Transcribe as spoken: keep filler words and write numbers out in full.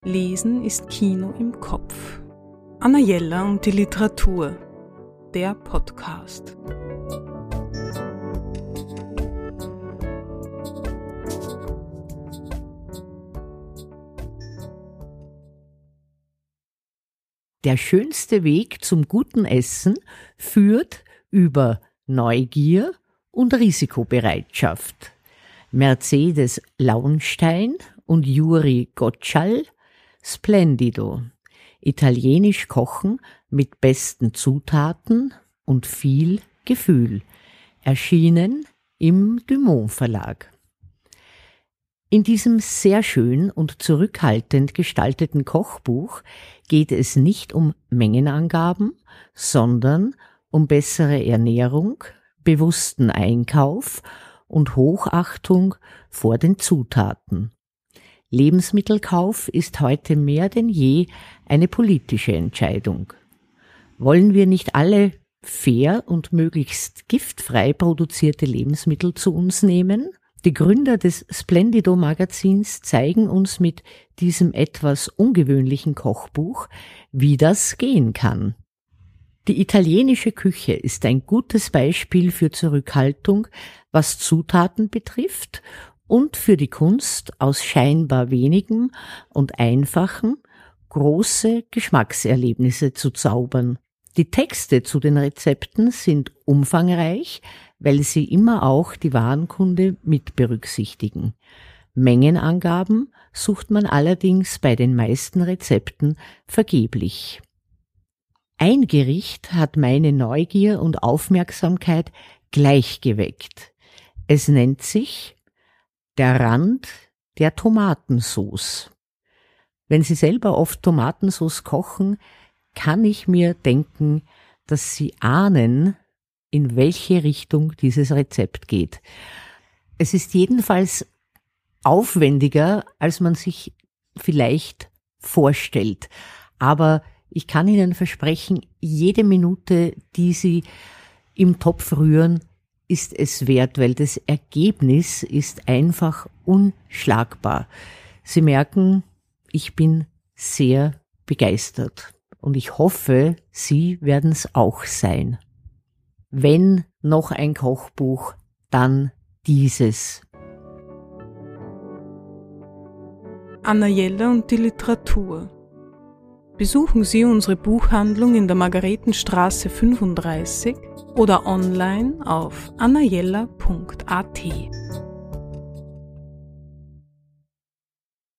Lesen ist Kino im Kopf. Anna Jeller und die Literatur. Der Podcast. Der schönste Weg zum guten Essen führt über Neugier und Risikobereitschaft. Mercedes Launstein und Juri Gottschall, Splendido. Italienisch kochen mit besten Zutaten und viel Gefühl. Erschienen im Dumont Verlag. In diesem sehr schön und zurückhaltend gestalteten Kochbuch geht es nicht um Mengenangaben, sondern um bessere Ernährung, bewussten Einkauf und Hochachtung vor den Zutaten. Lebensmittelkauf ist heute mehr denn je eine politische Entscheidung. Wollen wir nicht alle fair und möglichst giftfrei produzierte Lebensmittel zu uns nehmen? Die Gründer des Splendido-Magazins zeigen uns mit diesem etwas ungewöhnlichen Kochbuch, wie das gehen kann. Die italienische Küche ist ein gutes Beispiel für Zurückhaltung, was Zutaten betrifft, und für die Kunst, aus scheinbar wenigem und einfachen große Geschmackserlebnisse zu zaubern. Die Texte zu den Rezepten sind umfangreich, weil sie immer auch die Warenkunde mit berücksichtigen. Mengenangaben sucht man allerdings bei den meisten Rezepten vergeblich. Ein Gericht hat meine Neugier und Aufmerksamkeit gleich geweckt. Es nennt sich der Rand der Tomatensauce. Wenn Sie selber oft Tomatensauce kochen, kann ich mir denken, dass Sie ahnen, in welche Richtung dieses Rezept geht. Es ist jedenfalls aufwendiger, als man sich vielleicht vorstellt. Aber ich kann Ihnen versprechen, jede Minute, die Sie im Topf rühren, ist es wert, weil das Ergebnis ist einfach unschlagbar. Sie merken, ich bin sehr begeistert und ich hoffe, Sie werden es auch sein. Wenn noch ein Kochbuch, dann dieses. Anna Jeller und die Literatur. Besuchen Sie unsere Buchhandlung in der Margaretenstraße fünfunddreißig oder online auf anna jeller punkt a t.